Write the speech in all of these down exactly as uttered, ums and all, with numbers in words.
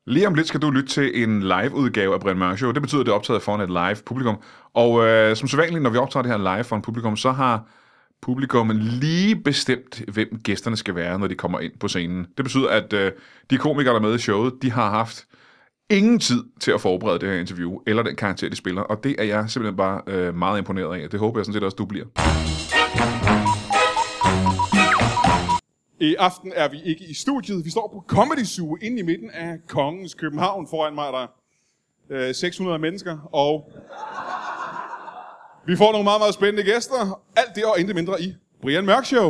Lige om lidt skal du lytte til en live-udgave af Brian Mørk Show. Det betyder, at det er optaget foran et live publikum. Og øh, som sædvanligt, når vi optager det her live foran publikum, så har publikum lige bestemt, hvem gæsterne skal være, når de kommer ind på scenen. Det betyder, at øh, de komikere, der er med i showet, de har haft ingen tid til at forberede det her interview, eller den karakter, de spiller. Og det er jeg simpelthen bare øh, meget imponeret af. Det håber jeg sådan set også, du bliver. I aften er vi ikke i studiet. Vi står på Comedy Zoo inde i midten af Kongens København. Foran mig er der øh, seks hundrede mennesker, og vi får nogle meget, meget spændende gæster. Alt det og intet mindre i Brian Mørk Show.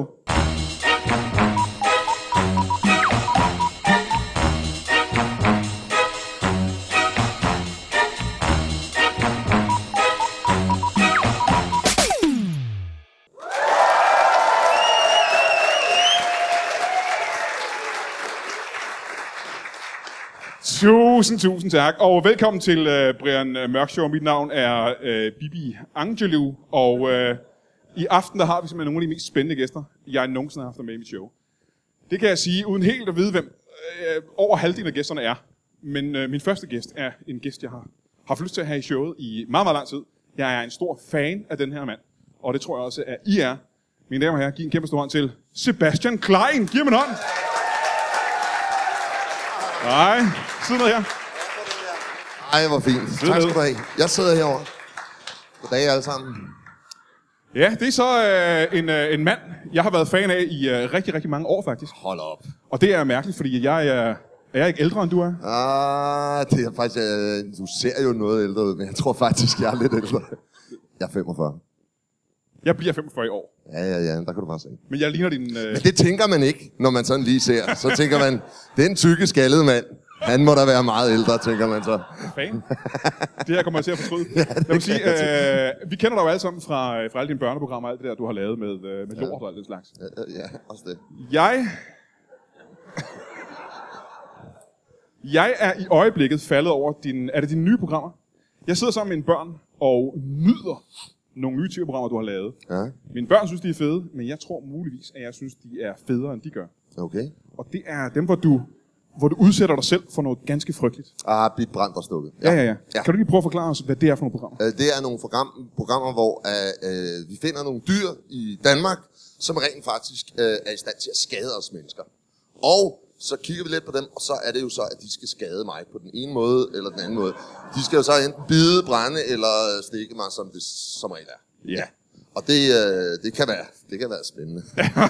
Tusind, tusind tak, og velkommen til uh, Brian Mørk Show. Mit navn er uh, Bibi Angelou, og uh, i aften der har vi simpelthen nogle af de mest spændende gæster, jeg nogensinde har haft med i mit show. Det kan jeg sige, uden helt at vide, hvem uh, over halvdelen af gæsterne er. Men uh, min første gæst er en gæst, jeg har haft lyst til at have i showet i meget, meget lang tid. Jeg er en stor fan af den her mand, og det tror jeg også, at I er. Mine damer og herrer, giv en kæmpe stor hånd til Sebastian Klein. Giv ham en hånd. Nej, sid ned her. Ej, hvor fint. Sid Tak ned. skal du have. Jeg sidder herovre. Goddag alle sammen. Ja, det er så øh, en, øh, en mand, jeg har været fan af i øh, rigtig, rigtig mange år faktisk. Hold op. Og det er mærkeligt, fordi jeg er, er jeg ikke ældre, end du er? Ah, det er faktisk... Øh, du ser jo noget ældre ud, men jeg tror faktisk, jeg er lidt ældre. Jeg er femogfyrre. Jeg bliver femogfyrre i år. Ja, ja, ja. Der kan du bare se. Men jeg ligner din... Øh... Men det tænker man ikke, når man sådan lige ser. Så tænker man, den tykke skaldede mand, han må da være meget ældre, tænker man så. Fan. Det her kommer jeg til at fortryde. Ja, jeg vil sige, øh, vi kender dig jo alle sammen fra, fra alle dine børneprogrammer og alt det der, du har lavet med, øh, med lort ja. og alt det slags. Ja, ja, også det. Jeg... Jeg er i øjeblikket faldet over din... Er det dine nye programmer? Jeg sidder sammen med mine børn og nyder nogle nye tv-programmer, du har lavet. Ja. Mine børn synes, de er fede, men jeg tror muligvis, at jeg synes, de er federe, end de gør. Okay. Og det er dem, hvor du, hvor du udsætter dig selv for noget ganske frygteligt. Ah, Bit Brandt og stukket. Ja. Ja, ja, ja. Kan du lige prøve at forklare os, hvad det er for nogle programmer? Det er nogle program, programmer, hvor uh, uh, vi finder nogle dyr i Danmark, som rent faktisk uh, er i stand til at skade os mennesker. Og så kigger vi lidt på dem, og så er det jo så, at de skal skade mig på den ene måde eller den anden måde. De skal jo så enten bide, brænde eller stikke mig, som det som regel er. Ja. Og det, øh, det, kan være, det kan være spændende.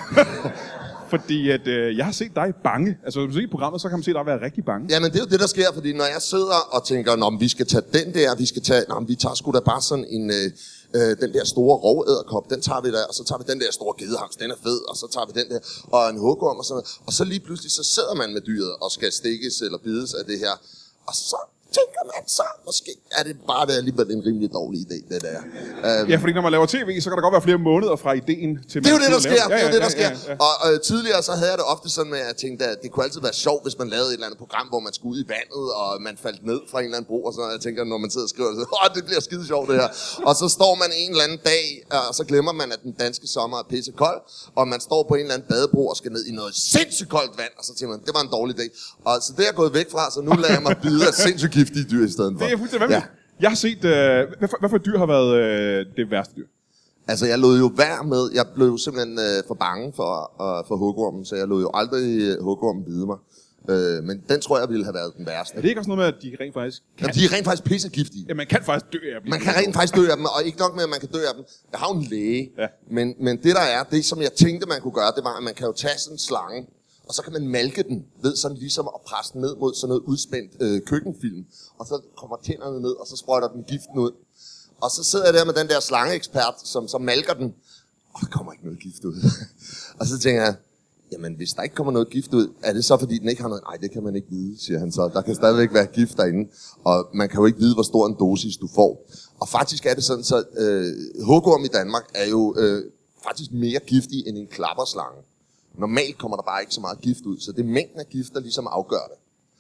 Fordi at, øh, jeg har set dig bange. Altså, hvis du ser programmet, så kan man se dig være rigtig bange. Jamen, det er jo det, der sker, fordi når jeg sidder og tænker, nå, vi skal tage den der, vi skal tage, nå, vi tager sgu da bare sådan en, øh, øh, den der store rovæderkop, den tager vi der, og så tager vi den der store gedehangst, den er fed, og så tager vi den der, og en hugorm og sådan noget. Og så lige pludselig, så sidder man med dyret og skal stikkes eller bides af det her, og så tænker man så, måske er det bare det alligevel en rimelig dårlig idé, det der. Um, Ja, fordi når man laver tv, så kan der godt være flere måneder fra ideen til... Det er jo det, der sker. Ja, ja, det er jo det, der ja, sker. ja, ja. Og øh, tidligere så havde jeg det ofte sådan med, at jeg tænkte, at det kunne altid være sjovt, hvis man lavede et eller andet program, hvor man skulle ud i vandet, og man faldt ned fra en eller anden bro, og sådan noget. Jeg tænker, når man sidder og skriver, åh, det bliver skide sjovt det her. Og så står man en eller anden dag, og så glemmer man, at den danske sommer er pisse kold, og man står på en eller anden badebro og skal ned i noget sindssygt koldt vand, og så tænker man, det var en dårlig dag. Og så det er jeg gået væk fra, så nu lader jeg mig bide af sindssygt giftige dyr i stedet for. Det er fuldstændig vanvittigt. Ja. Jeg har set... Øh, hvad, for, hvad for dyr har været øh, det værste dyr? Altså, jeg lod jo være med... Jeg blev jo simpelthen øh, for bange for, øh, for hugormen, så jeg lod jo aldrig øh, hugormen bide mig. Øh, men den tror jeg ville have været den værste. Er det ikke også noget med, at de rent faktisk kan... Jamen, de er rent faktisk pissegiftige. Ja, man kan faktisk dø af dem. Man kan rent faktisk dø af dem, og ikke nok med, at man kan dø af dem. Jeg har jo en læge, ja. men, men det der er, det som jeg tænkte, man kunne gøre, det var, at man kan jo tage sådan en slange, og så kan man malke den ved sådan ligesom at presse den ned mod sådan noget udspændt øh, køkkenfilm. Og så kommer tænderne ned, og så sprøjter den giften ud. Og så sidder jeg der med den der slangeekspert, som, som malker den. Og der kommer ikke noget gift ud. Og så tænker jeg, jamen hvis der ikke kommer noget gift ud, er det så fordi den ikke har noget? Nej, det kan man ikke vide, siger han så. Der kan stadigvæk være gift derinde, og man kan jo ikke vide, hvor stor en dosis du får. Og faktisk er det sådan, så øh, hugorm i Danmark er jo øh, faktisk mere giftig end en klapperslange. Normalt kommer der bare ikke så meget gift ud, så det er mængden af gift, der ligesom afgør det.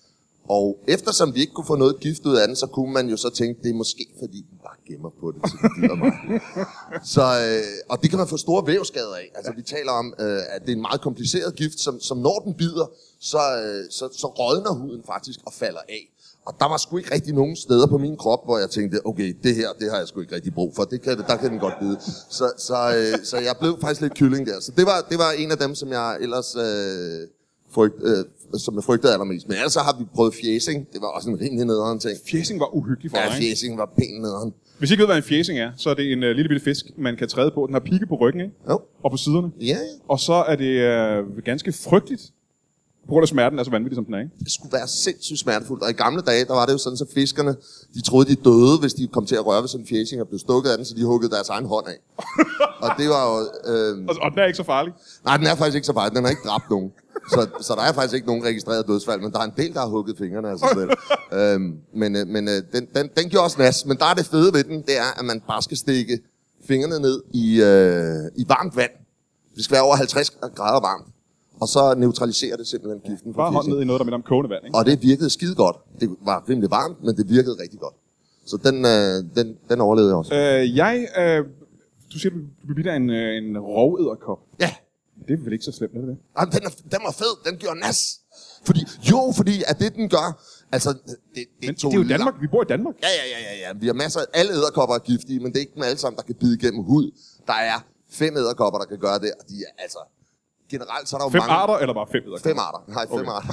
Og eftersom vi ikke kunne få noget gift ud af den, så kunne man jo så tænke, det er måske fordi, den bare gemmer på det, til det gider mig. Så, øh, og det kan man få store vævskader af. Altså vi taler om, øh, at det er en meget kompliceret gift, som, som når den bider, så, øh, så, så rådner huden faktisk og falder af. Og der var sgu ikke rigtig nogen steder på min krop, hvor jeg tænkte, okay, det her, det har jeg sgu ikke rigtig brug for. Det kan, der kan den godt bide. Så, så, øh, så jeg blev faktisk lidt kylling der. Så det var, det var en af dem, som jeg ellers øh, frygt, øh, som jeg frygtede allermest. Men ellers så har vi prøvet fjæsing. Det var også en rimelig nederen ting. Fjæsing var uhyggelig for dig, Ja, fjæsing var pænt nederen. Hvis I ikke ved, hvad en fjæsing er, så er det en uh, lille bitte fisk, man kan træde på. Den har pigge på ryggen, ikke? Jo. Og på siderne. Ja, ja. Og så er det uh, ganske frygteligt. På grund af smerten er så vanvittig, som den er, ikke? Det skulle være sindssygt smertefuldt. Og i gamle dage, der var det jo sådan, så fiskerne, de troede, de døde, hvis de kom til at røre ved sådan en fjæsing og blev stukket af den, så de huggede deres egen hånd af. Og det var jo... Øh... Og, og den er ikke så farlig? Nej, den er faktisk ikke så farlig. Den har ikke dræbt nogen. Så, så der er faktisk ikke nogen registreret dødsfald, men der er en del, der har hugget fingrene af sig selv. øhm, men øh, men øh, den, den, den gjorde også nas. Men der er det fede ved den, det er, at man bare skal stikke fingrene ned i, øh, i varmt vand. Det skal være over halvtreds grader varmt. Og så neutraliserer det simpelthen giften. Bare hånd ned i noget, der minder om kogende vand, ikke? Og det virkede skide godt. Det var rimelig varmt, men det virkede rigtig godt. Så den, øh, den, den overlevede jeg også. Øh, jeg... Øh, du siger, du bliver en, øh, en rovedderkop. Ja. Det er vel ikke så slemt, er det det? Jamen, den, er, den var fed. Den gjorde nas. Fordi, jo, fordi at det, den gør... Altså, det, det, men det er jo Danmark. Vi bor i Danmark. Ja, ja, ja, ja, ja. Vi har masser af... Alle edderkopper er giftige, men det er ikke dem alle sammen, der kan bide igennem hud. Der er fem edderkopper, der kan gøre det, og de er altså... Generelt så er der jo fem mange... arter, eller bare fem edderkopper? Fem arter. Nej, fem okay. arter.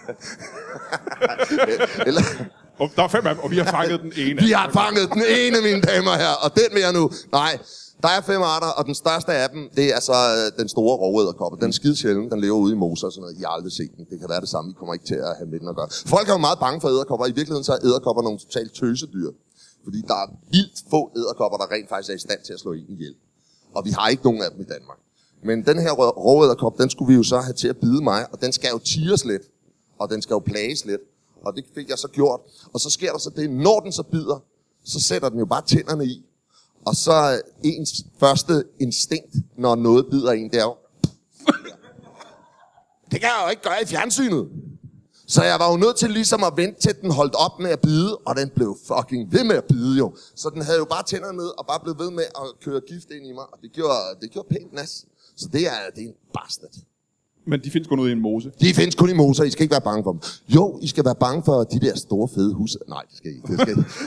Eller... Og der er fem af dem, og vi har fanget den ene. Vi har fanget den ene, mine damer her, og den vil jeg nu. Nej, der er fem arter, og den største af dem, det er så øh, den store rovedderkoppe. Den er skide sjældent, den lever ude i moser og sådan noget. I har aldrig set den. Det kan være det samme, I kommer ikke til at have med den at gøre. Folk er jo meget bange for edderkopper. I virkeligheden så er edderkopper nogle totalt tøsedyr. Fordi der er vildt få edderkopper, der rent faktisk er i stand til at slå en ihjel. Og vi har ikke nogen af dem i Danmark. Men den her rovedderkop, den skulle vi jo så have til at bide mig, og den skal jo tires lidt, og den skal jo plages lidt. Og det fik jeg så gjort. Og så sker der så det, når den så bider, så sætter den jo bare tænderne i. Og så ens første instinkt, når noget bider en, det er jo... Det kan jeg jo ikke gøre i fjernsynet. Så jeg var jo nødt til ligesom at vente til, den holdt op med at bide, og den blev fucking ved med at bide jo. Så den havde jo bare tænderne ned, og bare blev ved med at køre gift ind i mig, og det gjorde, det gjorde pænt nas. Så det er, det er en bastard. Men de findes kun ude i en mose. De findes kun i moser, I skal ikke være bange for dem. Jo, I skal være bange for de der store, fede huse. Nej, det skal I ikke. Det skal I ikke.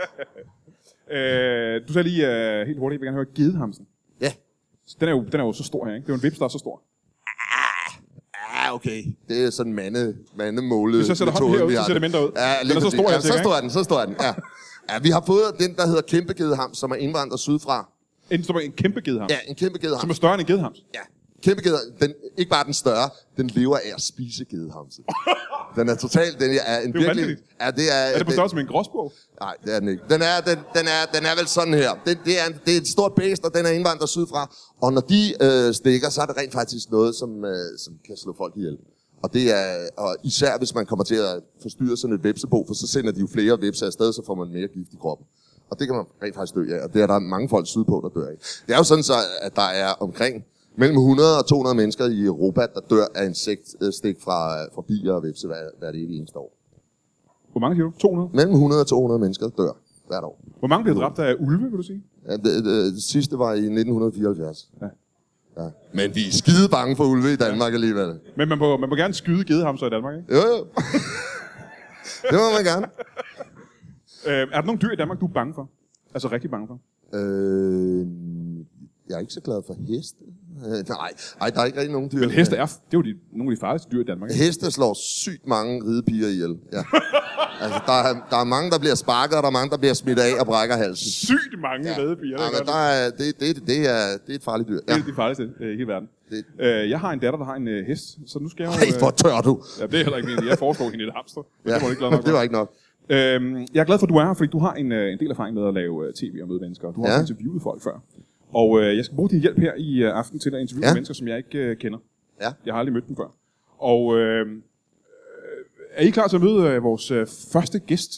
øh, du sagde lige uh, helt hurtigt, jeg vil gerne høre gedehamsen. Ja. Den er, jo, den er jo så stor her, ikke? Det er jo en vips, der er så stor. Ah, okay. Det er sådan mande, mandemålet. Hvis jeg sætter hånden herud, så ser det mindre ud. Ja, den er så stor, ja, jeg så står den, så står den. Ja. Ja, vi har fået den, der hedder kæmpegedehams, som er indvandret sydfra. En, en kæmpe gedehams? Ja, en kæmpe gedehams. Som er større end en gedehams? Ja. Kæmpe gedehams. Den, ikke bare den større, den lever af at spise gedehamse. Den er totalt, den er en det er virkelig... Ja, det er, er det på størrelse med en gråsbog? Nej, det er den ikke. Den er, den, den er, den er vel sådan her. Det, det, er, en, det er et stort bæst, og den er indvandret sydfra. Og når de øh, stikker, så er det rent faktisk noget, som, øh, som kan slå folk ihjel. Og det er, og især hvis man kommer til at forstyrre sådan et vepsebo, for så sender de jo flere vepser afsted, så får man mere gift i kroppen. Og det kan man rent faktisk dø af, og det er der mange folk sydpå, der dør af. Det er jo sådan så, at der er omkring mellem hundrede og to hundrede mennesker i Europa, der dør af insektstik fra, fra bier og vepse hver, hver det eneste år. Hvor mange siger du? to hundrede? Mellem hundrede og to hundrede mennesker dør hvert år. Hvor mange bliver dræbt af ulve, vil du sige? Ja, det, det, det sidste var i nitten fireoghalvfjerds. Ja. Ja. Men vi er skide bange for ulve i Danmark alligevel. Men man må, man må gerne skyde gedehamser i Danmark, ikke? Jo, jo. Det må man gerne. Øh, er der nogle dyr i Danmark, du er bange for? Altså rigtig bange for? Øh, jeg er ikke så glad for heste. Øh, nej, ej, der er ikke rigtig nogen dyr. Men heste er, det er jo de, nogle af de farligste dyr i Danmark, ikke? Heste slår sygt mange ridepiger ihjel. Ja. Altså, der er, der er mange, der bliver sparket, og der er mange, der bliver smidt af og brækker halsen. Sygt mange ja. ridepiger. Ja, men der er, det, det, det, er, det er et farligt dyr. Ja. Det er de farligste øh, i hele verden. Det. Øh, jeg har en datter, der har en øh, hest, så nu skal jeg jo... Ej, hvor tør du. Ja, det er heller ikke meningen. Jeg foreslår hende et hamster. Ja, det var ikke glad nok. Det var ikke nok. Øhm, jeg er glad for, at du er her, fordi du har en, en del erfaring med at lave tv og møde mennesker. Du har ja. også interviewet folk før. Og øh, jeg skal bruge din hjælp her i øh, aften til at interviewe ja. mennesker, som jeg ikke øh, kender. Ja. Jeg har aldrig mødt dem før. Og øh, er I klar til at møde øh, vores øh, første gæst?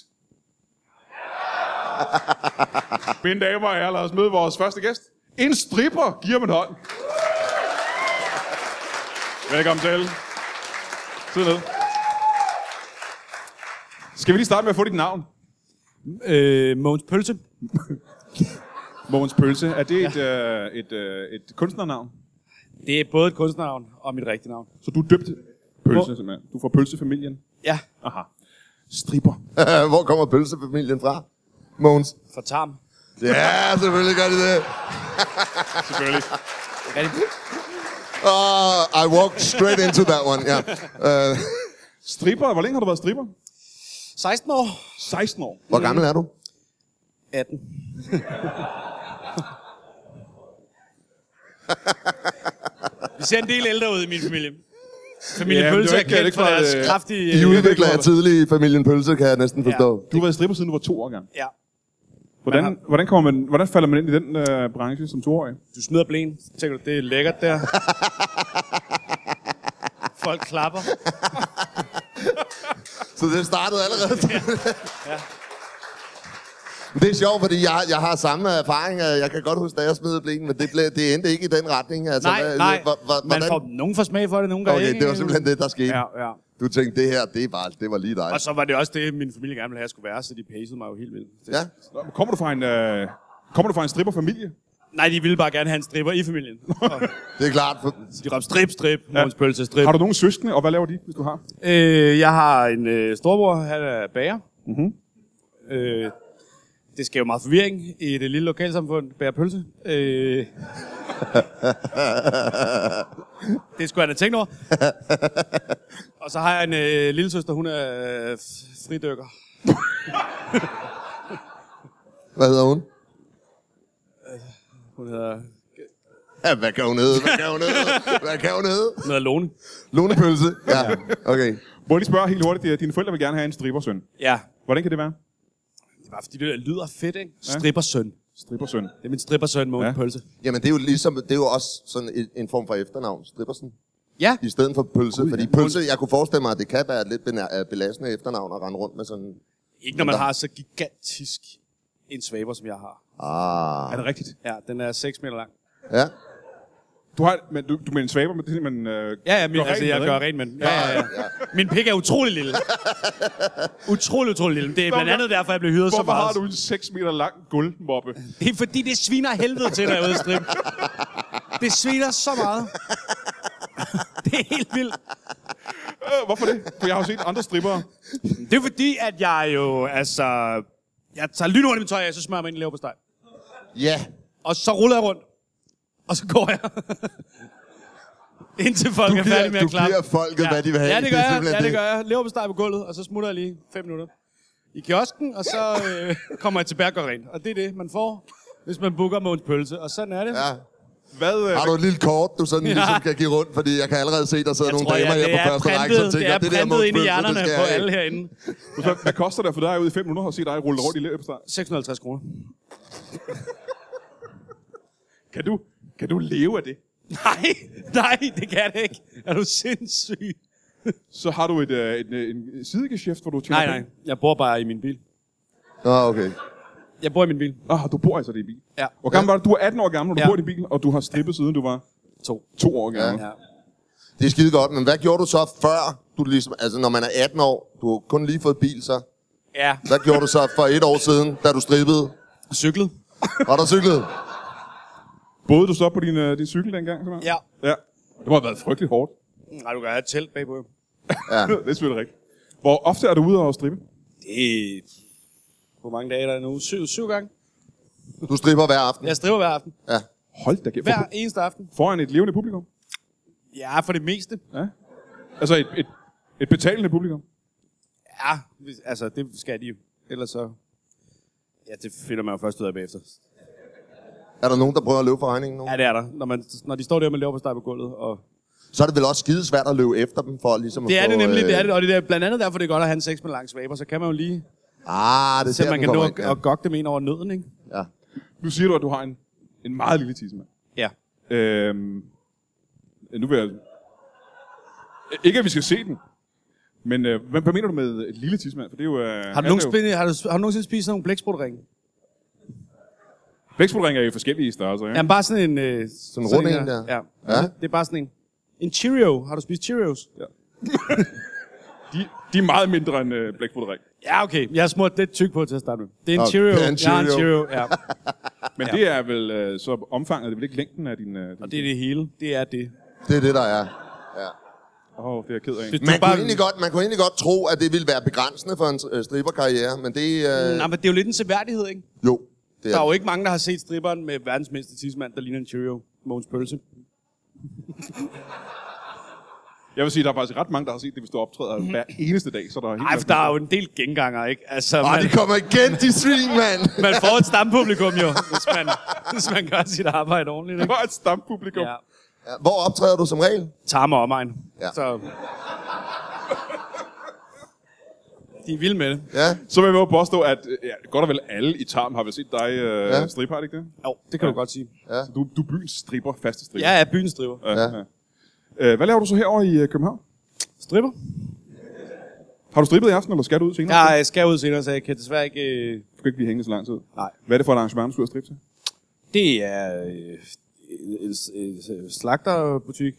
Mine damer og herrer, lad os møde vores første gæst. En stripper. Giv ham en hånd. Velkommen til. Sid ned. Skal vi lige starte med at få dit navn? Øh, Mogens Pølse. Mogens Pølse. Er det et, ja. øh, et, øh, et kunstnernavn? Det er både et kunstnernavn og mit rigtige navn. Så du er døbt Pølse, Hvor? simpelthen? Du får Pølsefamilien? Ja. Aha. Stripper. Hvor kommer pølsefamilien fra? Mogens? Fra Tarm. Ja, selvfølgelig gør de det. Selvfølgelig. Oh, I walked straight into that one, ja. Yeah. Uh, Stripper. Hvor længe har du været stripper? seksten år. seksten år. hvor gammel er du? atten. Vi ser en del ældre ud i min familie. Familien Ja, Pølse er ikke- det er kendt ikke for fra, deres øh, kraftige... I udvikler jer tidligt i familien Pølse, kan jeg næsten forstå. Du har været stripper, siden du var to år gammel. Ja. Hvordan, Man hvordan, kommer man, hvordan falder man ind i den øh, branche som toårig? Du smider blæen, så tænker du, det er lækkert der. Folk klapper. Så det startede allerede. Ja. Det er sjovt, fordi jeg, jeg har samme erfaring. Jeg kan godt huske, da jeg smed blæen, men det, blev, det endte ikke i den retning. Altså, Nej, hvad- nej. hvor- hvor- Man hvordan- får, nogen får smag for det, nogen gør Okay, ikke. det var simpelthen det, der skete. Ja, ja. Du tænkte, det her, det var, det var lige dig. Og så var det også det, min familie gerne ville have, at jeg skulle være, så de pacede mig jo helt vildt. Det- Ja. Nå, men Kommer du fra en, øh, kommer du fra en stripperfamilie? Nej, de ville bare gerne have en stripper i familien. Og Det er klart. For, så de råbte strip, strip, Mogens Pølse, strip. Har du nogen søskende, og hvad laver de, hvis du har? Øh, jeg har en øh, storbror, han er bager. Mhm. Øh, det skaber meget forvirring i det lille lokalsamfund, bager pølse. Øh, det skulle han have tænkt over. Og så har jeg en øh, lille søster, hun er øh, fridykker. hvad hedder hun? Hun hedder, Ja, hvad kan hun hedde? Hvad kan hun hedde? Hvad kan hun hedde? hun hedder Lone. Lone Pølse. Ja, okay. Må jeg lige spørge helt hurtigt, dine forældre vil gerne have en strippersøn. Ja, Hvordan kan det være? det er bare fordi, det lyder fedt, ikke? Strippersøn. Strippersøn. Det er min strippersøn, Mogens Ja. Pølse. Jamen, det er jo ligesom, det er jo også sådan en, en form for efternavn, Strippersen. Ja, I stedet for pølse. Gud, fordi ja. pølse, jeg kunne forestille mig, at det kan være et lidt bena- belastende efternavn at rende rundt med sådan... ikke når man har så gigantisk en svaber, som jeg har. Ah. Er det rigtigt? Ja, den er seks meter lang. Ja. Du har, men du, du mener en svaber, men det er, man øh, Ja, ja, min, gør altså, rent jeg med, gør ikke? rent med den. Ja, ja, ja. Min pik er utrolig lille. Utrolig, utrolig lille. Det er blandt andet derfor, jeg blev hyret så Hvorfor meget. har du en seks meter lang guldmoppe? Det er fordi, det sviner helvede til derude i strip. Det sviner så meget. Det er helt vildt. Øh, hvorfor det? For jeg har jo set andre strippere. Det er fordi, at jeg jo, altså... Jeg tager lynhurtigt mit tøj af, så smører jeg mig ind i leverpostej. Ja. Og så ruller jeg rundt. Og så går jeg. Indtil folk Du er giver, færdige med du at klappe. giver folket, hvad de vil have. Ja, det gør er jeg. simpelthen Ja, det gør jeg. Leverpostej på gulvet, og så smutter jeg lige fem minutter i kiosken, og så øh, kommer jeg til Berg og Rent. Og det er det, man får, hvis man booker Mogens Pølse. Og sådan er det. Ja. Hvad, øh, Har du et lille kort, du sådan Ja. ligesom kan give rundt? Fordi jeg kan allerede se, der sidder Jeg nogle tror, damer ja, her det på er første række, printet, som det tænker, er det der printet ind i Mogens Pølse, hjernerne det skal på jeg have. alle herinde. hvad, hvad koster det for dig ude i fem minutter at se dig rulle rundt i leverpostej? seks hundrede og halvtreds kroner. Kan du, kan du leve af det? Nej, nej, det kan det ikke. Er du sindssyg? Så har du et, øh, et, øh, en sidegeschæft, hvor du tjener Nej, nej. Jeg bor bare i min bil. Nå, okay. Jeg bor i min bil. Ah, du bor altså i din bil. Ja. Hvor gammel var du? Du er atten år gammel, når du Ja. bor i din bil, og du har strippet siden du var To. to år gammel. Ja. Det er skide godt, men hvad gjorde du så før, du ligesom, altså når man er atten år, du har kun lige fået bil så. Ja. Hvad gjorde du så for et år siden, da du strippede? Cyklet. Var der cyklet? Båede du så på din, øh, din cykel dengang? Simpelthen? Ja. Ja. Det må have været frygteligt hårdt. Nej, du kan have et telt bagpå. jo. Ja. Det er selvfølgelig rigtigt. Hvor ofte er du ude og strippe? Det er... Hvor mange dage er der nu? Syv, syv gange. Du stripper hver aften? Jeg striver hver aften. Ja. Hold da kæft. Hver For, eneste aften. foran et levende publikum? Ja, for det meste. Ja. Altså et, et, et betalende publikum? Ja, hvis- altså det skal de jo. Ellers så... Ja, det finder man jo først ud af bagefter. Er der nogen, der prøver at løbe for regningen nu? Ja, det er der. Når, man, når de står der med leverpostej på gulvet. Og... Så er det vel også skide svært at løbe efter dem, for ligesom Det at er få, det nemlig, øh, det er det. Og det er blandt andet derfor, det er godt at have en seks med lang svaber. Så kan man jo lige... Ah, det Så ser man den kan nå kommer at, ind, at gokke dem ind over nøden, ikke? ja. ja. Nu siger du, at du har en, en meget lille tissemand. Ja. Øhm, nu vil jeg... Ikke at vi skal se den, men øh, hvad, hvad mener du med et lille tissemand? For det er jo... Øh, Har du, nogen spændende, har, du, har du nogensinde spist sådan nogle blæksprutringe? Blæksprutringe er i forskellige størrelser, ikke? Jamen bare sådan en... Øh, Sådan en rund en her. der? Ja. Ja. Det er bare sådan en... En Cheerio. Har du spist Cheerios? De, de er meget mindre end øh, blæksprutring. Ja, okay. Jeg har smurt lidt tyk på til at starte med. Det er en Okay, Cheerio. en Jeg har en Cheerio. Cheerio, ja. Men Ja. det er vel øh, så omfanget, det er vel ikke længden af din... Øh, din Og det er det hele. Det er det. Det er det, der er. Ja. Åh, oh, det er jeg ked af. Hvis du Man, bare... kunne egentlig godt, man kunne egentlig godt tro, at det ville være begrænsende for en øh, stripperkarriere, men det... Øh, Nej, men det er jo lidt en seværdighed, ikke? jo, det Der er er jo ikke mange, der har set stripperen med verdens mindste tidsmand, der ligner en Cheerio. Mogens Pølse. Jeg vil sige, der er faktisk ret mange, der har set det, hvis du optræder hver eneste dag. Så der er helt Nej, for der er jo en del genganger, ikke? Altså, Åh, man, de kommer igen, de svin, mand! man får et stampublikum jo, hvis man, hvis man gør sit arbejde ordentligt, Det ikke? var et stampublikum. Ja. Ja, hvor optræder du som regel? Tager mig omegn. Ja. Så... De er vilde med det. Ja, Så vil jeg jo påstå, at øh, ja, godt og vel alle i Tarm har vel set dig øh, Ja. strippe, har det ikke det? Jo, det kan du godt sige. ja. Så du, du er byens stripper, faste stripper. Jeg er byens stripper. Ja. Ja. Ja. Øh, hvad laver du så herovre i øh, København? Stripper? Har du strippet i aften, eller skal du ud senere? Jeg skal ud senere, så jeg kan desværre ikke... Øh... Du skal ikke blive hængende så lang tid. Nej. Hvad er det for et arrangement, du skal ud og strippe til? Det er øh, en, en slagterbutik.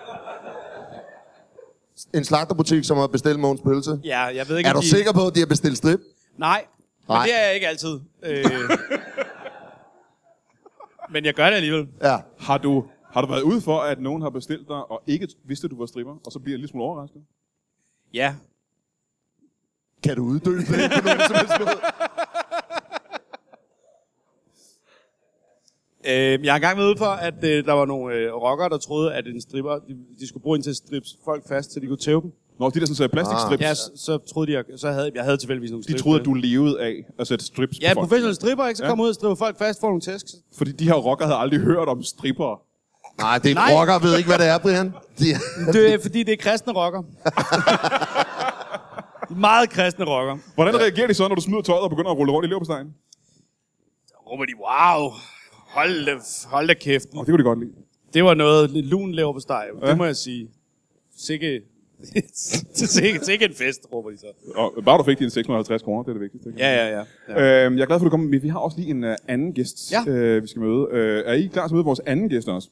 En slagterbutik, som har bestilt Mogens Pølse. Ja, jeg ved ikke, Er om du de... sikker på, at de har bestilt strip? Nej, men Nej. det er jeg ikke altid. Øh... men jeg gør det alligevel. Ja. Har du, har du været ude for, at nogen har bestilt dig, og ikke vidste, at du var stripper, og så bliver jeg lidt smule overrasket? Ja. Kan du uddybe det på nogen som helst måde? Øh, jeg har engang været ude for, at øh, der var nogle øh, rockere, der troede, at en stripper, de, de skulle bruge en til at strippe folk fast, så de kunne tæve dem. Nå, de der sådan, så plastikstrips, Ja, så, så troede de, at, så havde jeg havde tilfældigvis nogle de strips. troede, at du levede af at sætte strips Ja, på folk. professionelle stripper, ikke? Så Ja. kommer ud og stripper folk fast, får nogle tæsk. Fordi de her rockere havde aldrig hørt om stripper. Nej, det er Nej. rocker, ved ikke, hvad det er, Brian. De... Det er fordi, det er kristne rocker. De er meget kristne rocker. Hvordan reagerer de så, når du smider tøjet og begynder at rulle rundt i leverpostejen? Så råber de, wow, hold da, hold da kæft. Og det kunne de godt lide. Det var noget lidt lun lever på steg, Ja. det må jeg sige. Sikke, sikke, sikke en fest, råber de så. Og bare du fik dine seks hundrede og halvtreds kroner, det er det vigtigste. Ikke? Ja, ja, ja. ja. Øhm, jeg er glad for, at du kommer, men vi har også lige en uh, anden gæst, Ja. øh, vi skal møde. Øh, er I klar til at møde vores anden gæst også?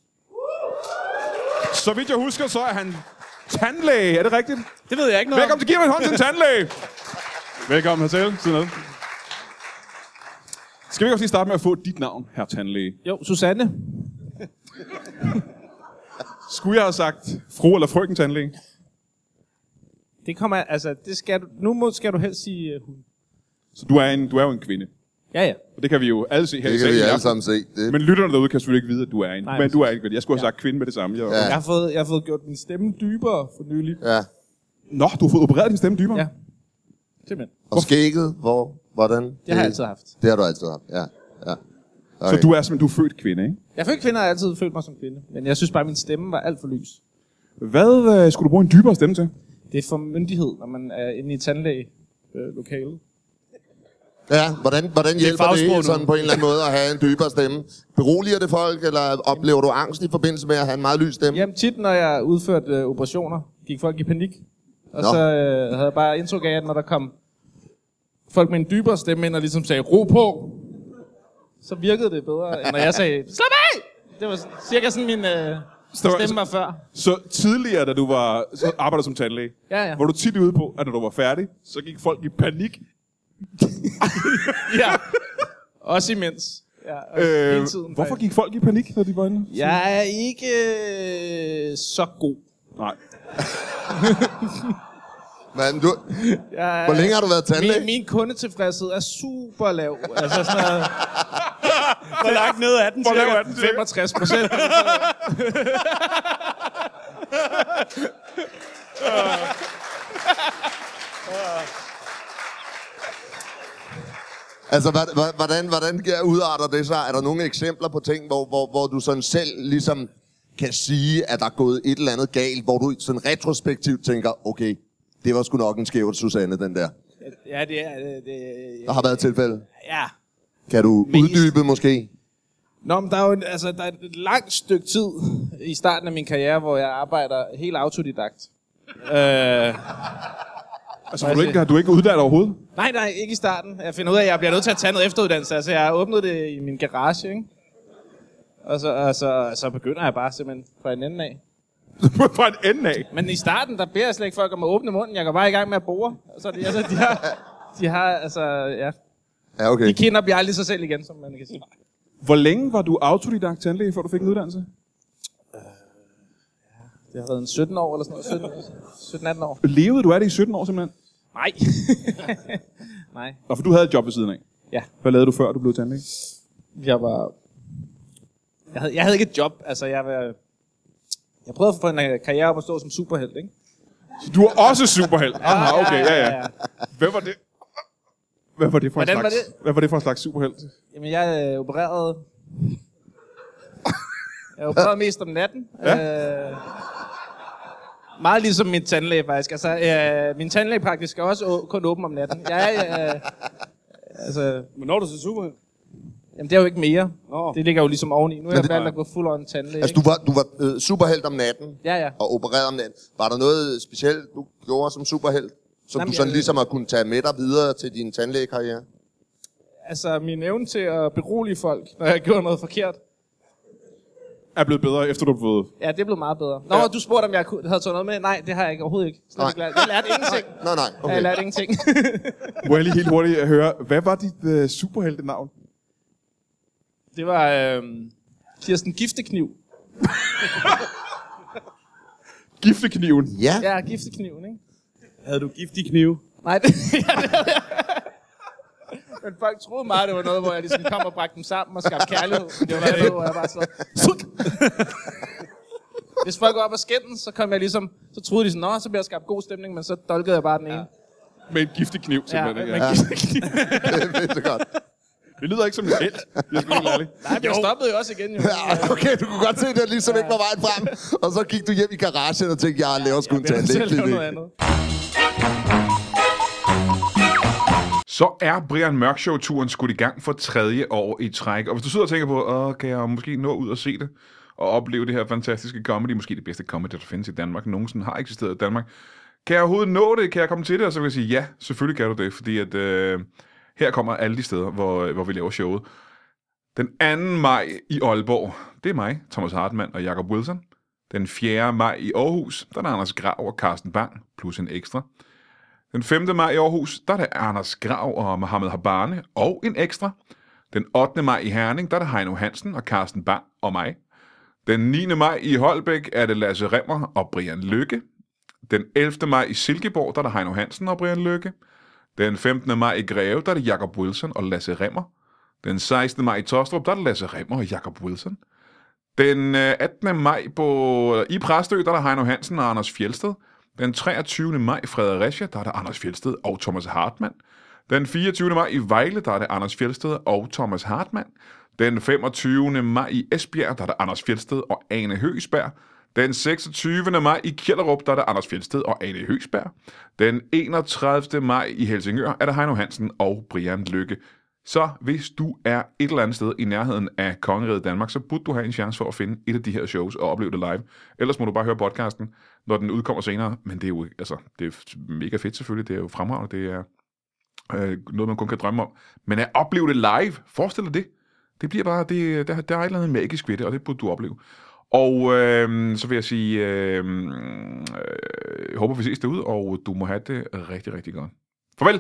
Så vidt jeg husker, så er han tandlæge. Er det rigtigt? Det ved jeg ikke noget Velkommen til, giv mig en hånd til en tandlæge. Velkommen hertil. Sid ned. Skal vi ikke også lige starte med at få dit navn, herr tandlæge? Jo, Susanne. Skulle jeg have sagt fru eller frøken tandlæge? Det kommer, altså, det skal du, nu må, skal du helst sige uh, hun. Så du er, en, du er jo en kvinde. Ja, ja. Og det kan vi jo alle se her i Det kan salen. vi i alle aften. sammen se. Det... Men lytterne derude kan selvfølgelig ikke vide, at du er en. Nej, men præcis. du er en kvinde. Jeg skulle have sagt kvinde med det samme. Jeg, Ja. Jeg har fået, jeg har fået gjort min stemme dybere for nylig. Ja. Nå, du har fået opereret din stemme dybere? Ja. Simpelthen. Og skægget, hvor, hvordan? Det har jeg altid haft. Det har du altid haft, ja. ja. Så du er simpelthen du er født kvinde, ikke? Jeg følte kvinder, har altid følt mig som kvinde. Men jeg synes bare, at min stemme var alt for lys. Hvad øh, skulle du bruge en dybere stemme til? Det er for myndighed, når man er inde i et tandlæge-lokale. Ja, hvordan, hvordan hjælper fagsprog nu. det sådan på en eller anden måde at have en dybere stemme? Beroliger det folk, eller oplever du angst i forbindelse med at have en meget lys stemme? Jamen tit, når jeg udførte øh, operationer, gik folk i panik. Og Nå. så øh, havde jeg bare indtryk af, at når der kom folk med en dybere stemme ind og ligesom sagde, ro på, så virkede det bedre, end når jeg sagde, slap af! Det var cirka sådan min øh, Så- stemme var før. Så tidligere, da du var så arbejdede som tandlæge, Ja, ja. var du tit ude på, at når du var færdig, så gik folk i panik. Ja. Også imens. Ja, også Øh, hele tiden, hvorfor faktisk. gik folk i panik, når de var inde? Jeg er ikke øh, så god. Nej. Men du, Jeg, hvor længe har du været tandlæge? Min, min kundetilfredshed er super lav. Altså sådan noget Hvor langt ned er den? Hvor lav cirka? er den cirka? femogtres procent. Altså, hvad- hvad- hvordan, hvordan udarter det sig? Er der nogle eksempler på ting, hvor, hvor, hvor du sådan selv ligesom kan sige, at der er gået et eller andet galt, hvor du sådan retrospektivt tænker, okay, det var sgu nok en skævt, Susanne, den der. Ja, det er... Det, det, Der har været tilfælde. ja. Kan du Mest. uddybe måske? Nå, men der er jo en, altså, der er et langt stykke tid i starten af min karriere, hvor jeg arbejder helt autodidakt. Øh, Altså, har du ikke, har du ikke uddannet overhovedet? nej, nej, ikke i starten. Jeg finder ud af, at jeg bliver nødt til at tage noget efteruddannelse. Altså, jeg har åbnet det i min garage, ikke? Og så, og så, så begynder jeg bare simpelthen fra en ende af. Fra en ende af. Men i starten, der beder jeg slet ikke folk om at åbne munden. Jeg går bare i gang med at bore. Så de, altså, de har, De har, altså, ja. Ja, okay. De kender bliver aldrig sig selv igen, som man kan sige. Hvor længe var du autodidakt tandlæge, før du fik en uddannelse? Det har været en sytten år eller sådan noget. sytten atten år. Levede du af det i sytten år simpelthen? Nej. Nej. Nå, for du havde et job ved siden af. Ja. Hvad lavede du før du blev tandlæge? Jeg var... Jeg havde, jeg havde ikke et job. Altså, jeg var... Jeg prøvede at få en karriere op at stå som superhelt, ikke? Du er også superhelt. Aha, okay, ja, ja. Hvad var det? Hvad var det for en Hvordan slags? var det? Hvad var det for en slags superhelt? Jamen, jeg øh, opererede... Jeg opererede mest om natten. Ja. Øh, meget ligesom min tandlæge, faktisk. Altså, øh, min tandlæge praktisk er også å- kun åben om natten. Jeg er... Øh, altså... Hvornår er du så superhelt? Jamen, det er jo ikke mere. Nå. Det ligger jo ligesom oveni. Nu er jeg det- valgt at gå fuld on tandlæge. Altså, du var, du var øh, superhelt om natten, Ja, ja. og opereret om natten. Var der noget specielt, du gjorde som superhelt, som Jamen, du sådan jeg- ligesom har kunnet tage med dig videre til din tandlægekarriere? Altså, min evne til at berolige folk, når jeg gjorde noget forkert, Er blevet bedre, efter du har fået... ja, det blev meget bedre. Nå, Ja. ja. Du spurgte, om jeg kunne- havde taget noget med. Nej, det har jeg ikke overhovedet ikke. Slet Nej. ikke lært. Jeg lærte ingenting. Nej, nej, Okay. okay. Jeg lærte ingenting. Må jeg lige helt hurtigt høre, hvad var dit øh, superheltenavn? Det var øh, Kirsten Giftekniv. Giftekniven. Ja, Ja, Giftekniven, ikke? Havde du giftig knive? Nej, det, ja, det men folk troede meget, det var noget, hvor jeg ligesom kom og bragte dem sammen og skabte kærlighed. Men det var noget, hvor jeg bare så... Hvis folk går op og skændes, så kom jeg ligesom... Så troede de sådan, nå, så bliver der skabt god stemning, men så dolkede jeg bare den ene. Ja, Med en giftig kniv, ja, simpelthen. men Ja, ja. Giftekniv. det er godt. Det lyder ikke som en held. Jeg skal helt ærlig. Nej, men jeg stoppede jo også igen, jo. Ja, okay, du kunne godt se, at det ligesom ikke var vejen frem. Og så gik du hjem i garagen og tænkte, jeg laver sgu en Jeg ville selv lave noget tandlægeklinik. andet. Så er Brian Mørk Show-turen skudt i gang for tredje år i træk. Og hvis du sidder og tænker på, åh, kan jeg måske nå ud og se det, og opleve det her fantastiske comedy, måske det bedste comedy, der findes i Danmark, nogensinde har eksisteret i Danmark. Kan jeg overhovedet nå det? Kan jeg komme til det? Og så vil jeg sige, ja, selvfølgelig kan du det, fordi at, øh, her kommer alle de steder, hvor, hvor vi laver showet. Den anden maj i Aalborg, det er mig, Thomas Hartmann og Jacob Wilson. Den fjerde maj i Aarhus, der er der Anders Grav og Carsten Bang, plus en ekstra. Den femte maj i Aarhus, der er der Anders Grav og Mohammed Habane og en ekstra. Den ottende maj i Herning, der er der Heino Hansen og Carsten Bang og mig. Den niende maj i Holbæk er det Lasse Remmer og Brian Lykke. Den ellevte maj i Silkeborg, der er der Heino Hansen og Brian Lykke. Den femtende maj i Greve, der er det Jacob Wilson og Lasse Remmer. Den sekstende maj i Tostrup, der er det Lasse Remmer og Jacob Wilson. Den attende maj på, i Præstø, der er der Heino Hansen og Anders Fjelsted. Den treogtyvende maj i Fredericia, der er der Anders Fjelsted og Thomas Hartmann. Den fireogtyvende maj i Vejle, der er det Anders Fjelsted og Thomas Hartmann. Den femogtyvende maj i Esbjerg, der er der Anders Fjelsted og Ane Høgsberg. Den seksogtyvende maj i Kjellerup, der er der Anders Fjelsted og Ane Høgsberg. Den enogtredivte maj i Helsingør er der Heino Hansen og Brian Lykke. Så hvis du er et eller andet sted i nærheden af Kongeriget Danmark, så burde du have en chance for at finde et af de her shows og opleve det live. Ellers må du bare høre podcasten, når den udkommer senere. Men det er jo altså, det er mega fedt selvfølgelig. Det er jo fremragende. Det er øh, noget, man kun kan drømme om. Men at opleve det live, forestil dig det. Det bliver bare, det, der, der er et eller andet magisk ved det, og det burde du opleve. Og øh, så vil jeg sige, øh, øh, jeg håber vi ses derude, og du må have det rigtig, rigtig godt. Farvel!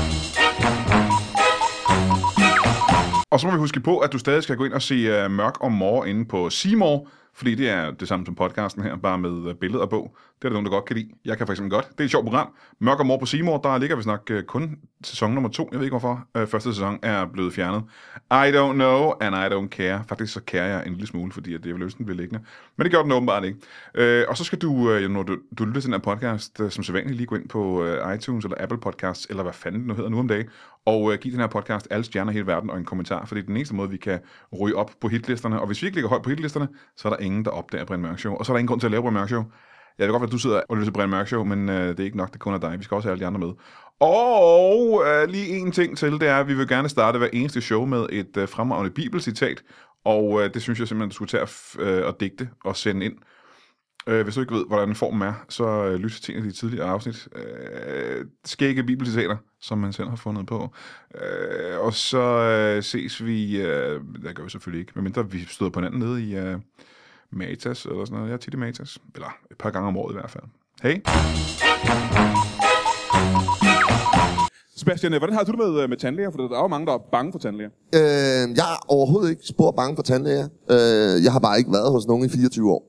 Og så må vi huske på, at du stadig skal gå ind og se uh, Mørk og More inde på C More, fordi det er det samme som podcasten her, bare med uh, billeder og bog. Det er der nogen, der godt kan lide. Jeg kan for eksempel godt. Det er et sjovt program. Mørk og More på C More, der ligger vist nok uh, kun sæson nummer to. Jeg ved ikke hvorfor. Uh, første sæson er blevet fjernet. I don't know, and I don't care. Faktisk så kærer jeg en lille smule, fordi at det er løsningen bliver liggende. Men det gør den åbenbart ikke. Uh, og så skal du, uh, når du, du lytter til den her podcast, uh, som sædvanligt lige gå ind på uh, iTunes eller Apple Podcasts, eller hvad fanden det nu hedder nu om dagen, og uh, give den her podcast alle stjerner i hele verden og en kommentar, fordi det er den eneste måde, vi kan ryge op på hitlisterne. Og hvis vi ikke ligger højt på hitlisterne, så er der ingen, der opdager Brian Mørk Show. Og så er der ingen grund til at lave Brian Mørk Show. Jeg ved godt, at du sidder og lytter til Brian Mørk Show, men uh, det er ikke nok, det kun er dig. Vi skal også have alle de andre med. Og uh, lige en ting til, det er, at vi vil gerne starte hver eneste show med et uh, fremragende bibelcitat. Og uh, det synes jeg simpelthen, du skulle tage at, uh, at digte og sende ind. Uh, hvis du ikke ved, hvordan formen er, så uh, lyt til en af de tidligere afsnit. Uh, skægge bibelcitater, som man selv har fundet på. Uh, og så uh, ses vi, uh, det gør vi selvfølgelig ikke, medmindre vi støder på hinanden nede i uh, Matas, eller sådan noget. Jeg er tit i Matas, eller et par gange om året i hvert fald. Hej! Sebastian, hvordan har du det med, med tandlæger? For der er jo mange, der er bange for tandlæger. Øh, jeg er overhovedet ikke spor bange for tandlæger. Øh, jeg har bare ikke været hos nogen i fireogtyve år.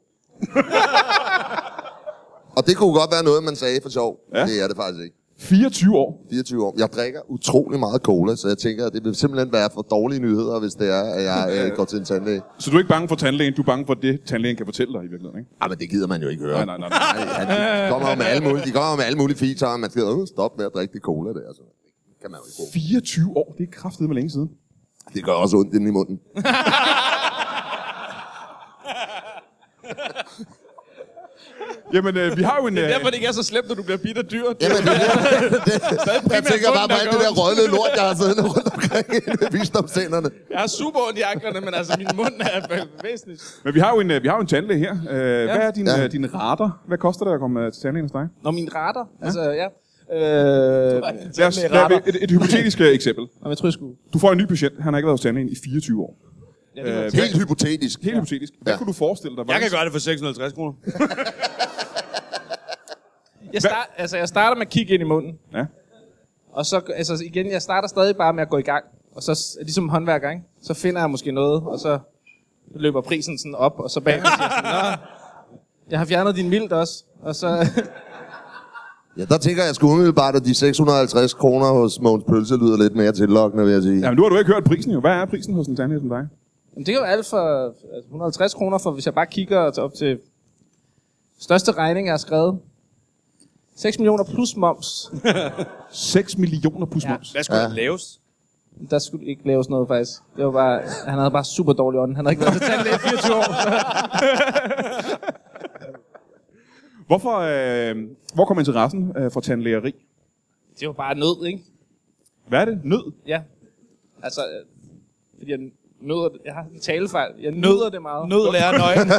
Og det kunne godt være noget, man sagde for sjov. Ja. Det er det faktisk ikke. fireogtyve år? fireogtyve år. Jeg drikker utrolig meget cola, så jeg tænker, at det vil simpelthen være for dårlige nyheder, hvis det er, at jeg øh, går til en tandlæge. Så du er ikke bange for tandlægen, du er bange for det, tandlægen kan fortælle dig i virkeligheden, ikke? Ah, men det gider man jo ikke høre. Nej, nej, nej. nej. nej de kommer med alle mulige, de kommer med alle mulige feature, og man skal øh, stoppe med at drikke det cola der. Så det kan man jo ikke bruge. fireogtyve år? Det er kraftedeme længe siden. Det gør også ondt inde i munden. Jamen, øh, vi har jo en... Det er derfor, det ikke er så slemt, når du bliver bidt af dyr. Jamen, det, det, det, jeg tænker bare på alt det der rødlede lort, jeg har siddet rundt omkring i visdomstænderne. Jeg har super ondt i anklerne, men altså, min mund er væsentligt. Men vi har jo en, vi har jo en tandlæge her. Øh, ja. Hvad er din, Ja. øh, din rater? Hvad koster det at komme til tandlægen hos dig? Når min rater, ja. altså, ja. Øh, Lad os lad et, et hypotetisk øh, eksempel. Jamen, jeg tror, jeg skulle... Du får en ny patient, han har ikke været hos tandlægen i fireogtyve år. Ja, det var Øh, Helt hypotetisk. Helt hypotetisk. Hvad Ja. kunne du forestille dig? Jeg kan gøre det for seks hundrede og halvtreds kroner. Jeg, start, altså, jeg starter med at kigge ind i munden. Ja. Og så, altså igen, jeg starter stadig bare med at gå i gang. Og så, s- ligesom håndværker, ikke? Så finder jeg måske noget, og så løber prisen sådan op, og så bagefter siger jeg sådan, nå, jeg har fjernet din mild også. Og så, Ja, der tænker jeg sgu umiddelbart, at de seks hundrede og halvtreds kroner hos Mogens Pølse lyder lidt mere tillokkende, vil jeg sige. Jamen, nu har du ikke hørt prisen jo. Hvad er prisen hos en tandlæge som dig? jamen, det er jo alt for altså, et hundrede og halvtreds kroner, for hvis jeg bare kigger op til største regning, jeg har skrevet. seks millioner plus moms. seks millioner plus Ja. moms. Hvad skulle Ja. der laves? Der skulle ikke laves noget, faktisk. Det var bare, han havde bare super dårlig ånd. Han havde ikke været til tandlæge i fireogtyve år. Hvorfor, øh, hvor kommer interessen øh, for tandlægeri? Det var bare nød, ikke? Hvad er det? Nød? Ja. Altså, øh, fordi jeg nøder det. Jeg har en talefejl. Jeg nøder det meget. Nød lærer nøgen.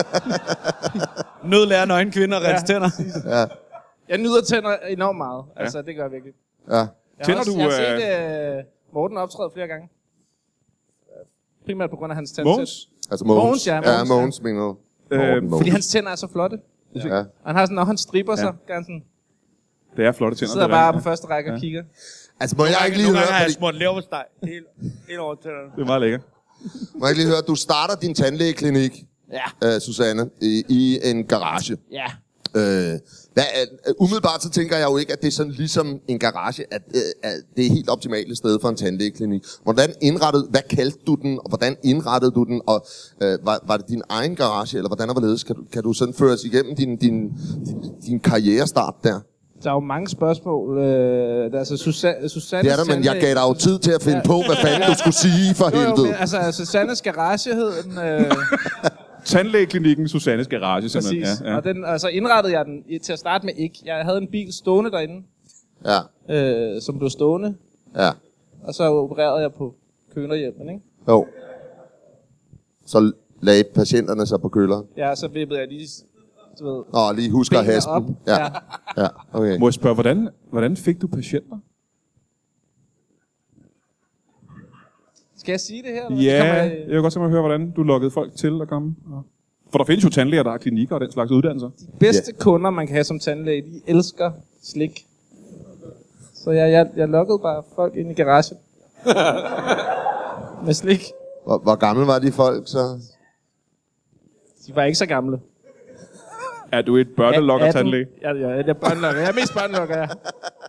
Nød lærer nøgen kvinder at rense tænder. Ja, Jeg nyder tænder enormt meget. Altså, det gør jeg virkelig. ja. Jeg Tænder har, også, du, jeg har set øh, Morten optræde flere gange. Primært på grund af hans tændsæt. Mogens? Altså Mogens. Mogens, ja, Ja, Mogens, Mogens, mener du. Øh, Morten, Fordi Mogens. hans tænder er så flotte. Ja. Og han har sådan, når han stripper Ja. sig, gør han sådan, Det er flotte tænder. sidder det er bare rigtigt. på første række og kigger. Altså, må jeg ikke lige Nogle høre, gange har jeg fordi, smurt leverpostej hele, hele over tænderne. Det er meget lækkert. må jeg ikke lige høre, du starter din tandlægeklinik, Ja. uh, Susanne, i, i en garage. Ja. Øh, hvad, er, umiddelbart så tænker jeg jo ikke, at det er sådan ligesom en garage, at, øh, at det er helt optimale sted for en tandlægeklinik. Hvordan indrettede, hvad kaldte du den, og hvordan indrettede du den, og øh, var, var det din egen garage, eller hvordan var det? Kan du, kan du sådan føre os igennem din, din, din, din karrierestart der? Der er jo mange spørgsmål. Øh, der er altså Susanne, Susanne Det er der, men jeg gav dig jo tid til at finde på, hvad fanden du skulle sige for Jo, jo, men, helvede. altså, Susannes garage hed den. Øh, Tandlægeklinikken Susannes Garage, simpelthen. præcis. Ja, ja. Og den, altså, indrettede jeg den i- til at starte med ikke. Jeg havde en bil stående derinde, Ja, øh, som blev stående. ja, Og så opererede jeg på kølerhjælpen, ikke? jo. Så lagde patienterne sig på køller. Ja, så vippede jeg lige, du ved, Og lige husker benene haspen. op. Ja, ja, okay. Må jeg spørge, hvordan, hvordan fik du patienter? Skal jeg sige det her? Eller? Ja, Kan man, jeg vil godt tænke mig at høre, hvordan du lokkede folk til at komme. For der findes jo tandlæger, der har klinikker og den slags uddannelser. de bedste kunder, man kan have som tandlæge, de elsker slik. Så jeg, jeg, jeg lukkede bare folk ind i garagen. Med slik. Hvor, hvor gamle var de folk så? De var ikke så gamle. Er du et børnelokker-tandlæge? Ja, ja, jeg er børnelokker. Jeg er mest børnelokker, ja.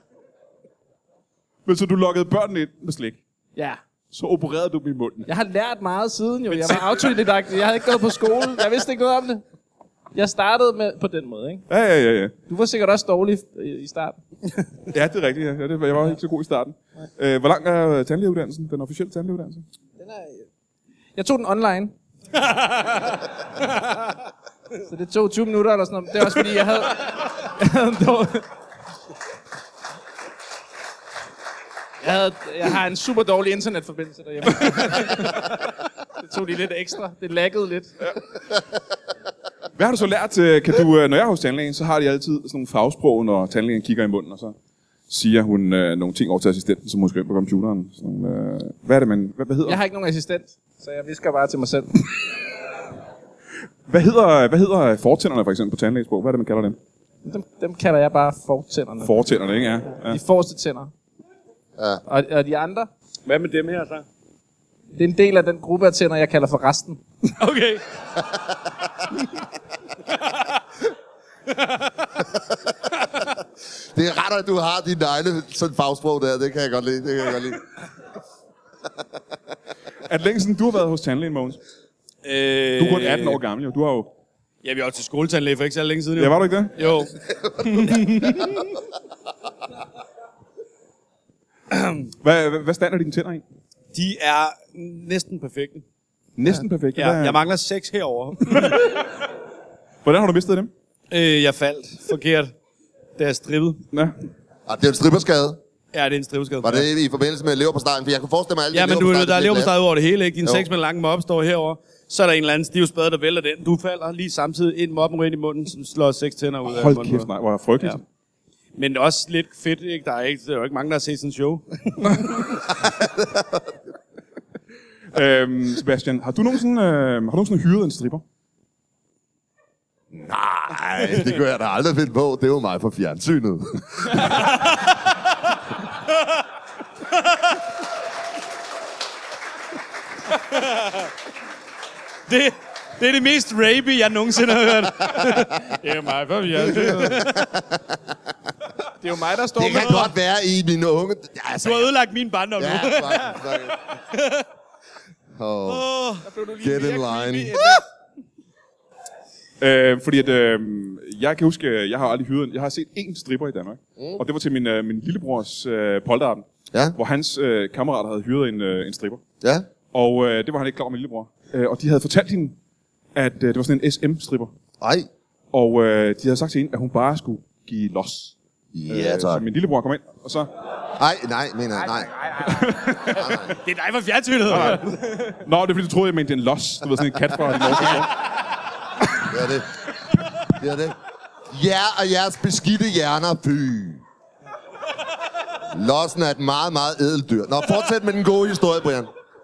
Men så du lokkede børnene ind med slik. Ja. Så opererede du dem i munden. Jeg har lært meget siden jo. Jeg var autodidakt. Jeg havde ikke gået på skole. Jeg vidste ikke noget om det. Jeg startede med på den måde, ikke? Ja, ja, ja, ja. Du var sikkert også dårlig i, i starten. Ja, det er rigtigt. Ja. Ja, det, jeg var ikke så god i starten. Øh, hvor lang er tandlægeuddannelsen? Den officielle tandlægeuddannelse? Den er, jeg tog den online. Så det tog tyve minutter eller sådan noget. Det er også fordi, jeg havde... Jeg havde en dårlig... Jeg, havde, jeg har en super dårlig internetforbindelse derhjemme. Det tog lige lidt ekstra. Det laggede lidt. Hvad har du så lært? øh, Kan du, øh, når jeg er hos tandlægen, så har de altid sådan nogle fagsprog, når tandlægen kigger i munden, og så siger hun øh, nogle ting over til assistenten, som hun skriver på computeren. Sådan, øh, hvad er det, man... Hvad, hvad hedder Jeg har ikke nogen assistent, så jeg visker bare til mig selv. Hvad hedder, hvad hedder fortænderne for eksempel på tandlægesprog? Hvad er det, man kalder dem? Dem, dem kalder jeg bare fortænderne. Fortænderne, ikke? Ja. ja. De forreste tænder. Ja. Og, og de andre, Hvad med dem her så? det er en del af den gruppe af tænder, jeg kalder for resten. Okay. Det er ret, at du har din egne sådan fagsprog der. Det kan jeg godt lide. Det kan jeg godt lide. Er det længe siden, du har været hos tandlægen, Mogens? Øh, Du er kun atten år gammel, jo. Du har jo... Ja, vi var til skoletandlæge for ikke så længe siden. Ja, var du ikke det? Jo. Hvad, hvad, hvad stand er dine tænder i? De er næsten perfekte. Næsten perfekt. Ja, Hvad- jeg mangler seks herover. Hvordan har du mistet dem? øh, jeg faldt forkert, da jeg strippede. Ja. Ah, det er en stripperskade. Ja, det er en strivskade. Var det i forbindelse med leverpostejen? For jeg kan forestille mig alle Ja, de men du, leverpostej, der er bliver leverpostej ud over det hele, ikke? Din Jo. seks med lange mop står herover. Så er der en eller anden stiv spade, der vælter den. Du falder lige samtidig ind moppen ind i munden, som slår seks tænder ud af Hold munden. kæft, nej, hvor er frygteligt. Ja. Men også lidt fedt, ikke? Der er, ikke, der er jo ikke mange, der har set sådan en show. Øhm, Sebastian, har du nogensinde, øh, har du nogensinde hyret en stripper? Nej, det kunne jeg da aldrig finde på. Det er jo mig fra fjernsynet. Det, det er det mest rapey, jeg nogensinde har hørt. Det er mig for fjernsynet. Det er jo mig, der står Det med... kan godt være i mine unge... Ja, altså, Du har ødelagt min barndom ja, nu. fuck, fuck. Oh, get in line. Øh, fordi at, øh, jeg kan huske, jeg har aldrig hyret en, jeg har set én stripper i Danmark. Mm. Og det var til min, øh, min lillebrors øh, polterappen, Ja, hvor hans øh, kammerat havde hyret en, øh, en stripper. ja. Og øh, det var han ikke klar over, min lillebror. Øh, og de havde fortalt hende, at øh, det var sådan en S M-stripper. Ej. Og øh, de havde sagt til hende, at hun bare skulle give los. Ja, Øh, så tak. min lillebror kom ind, og så... Ej, nej, mener jeg, nej. Det er dig fra fjernsynet. Nå, det er fordi, du troede, jeg mente en los. Du ved, sådan en kat fra den norske fjord. Det er det. Det er det. Ja, og jeres beskidte hjerner, fy. Lossen er et meget, meget ædelt dyr. Nå, fortsæt med den gode historie, Brian.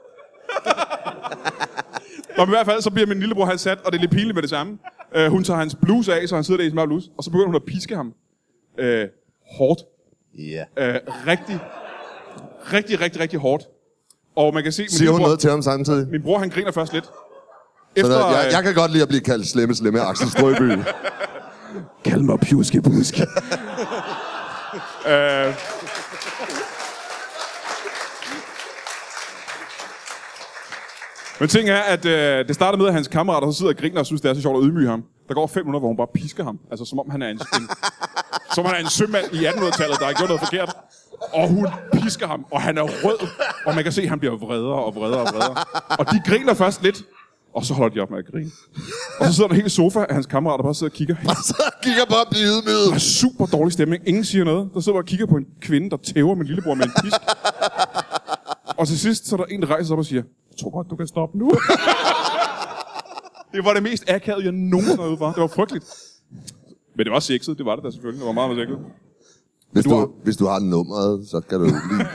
Nå, men i hvert fald, så bliver min lillebror han sat, og det er lidt pinligt med det samme. Uh, hun tager hans bluse af, så han sidder der i sin mørke bluse, og så begynder hun at piske ham. Uh, hårdt. Ja. Uh, rigtig, rigtig, rigtig, rigtig hårdt. Og man kan se, min Siger hun lillebror, noget til ham samtidig? min bror, han griner først lidt. Så Efter, der, jeg, øh, jeg kan godt lide at blive kaldt slemme, slemme Axel Strøby. Kald mig pjuske, buske. uh, Men ting er, at øh, det starter med, at hans kammerater så sidder og griner og synes, det er så sjovt at ydmyge ham. Der går fem minutter, hvor hun bare pisker ham. Altså, som om han er en, en, som om han er en sømand i attenhundredetallet, der har gjort noget forkert. Og hun pisker ham, og han er rød. Og man kan se, at han bliver vredere og vredere og vredere. Og de griner først lidt, og så holder de op med at grine. Og så sidder der hele sofa af hans kammerater, der bare sidder og kigger. Og så kigger på at blive Der er ydmyget. super dårlig stemning. Ingen siger noget. Der sidder bare og kigger på en kvinde, der tæver min lillebror med en pisk. Og til sidst, så er der en, der rejser sig op og siger, jeg tror godt, du kan stoppe nu. Det var det mest akavede, jeg nogensinde har ude for. Det var frygteligt. Men det var sexet, det var det da selvfølgelig. Det var meget, meget sexet. Hvis du du, har- hvis du har nummeret, så kan du lige...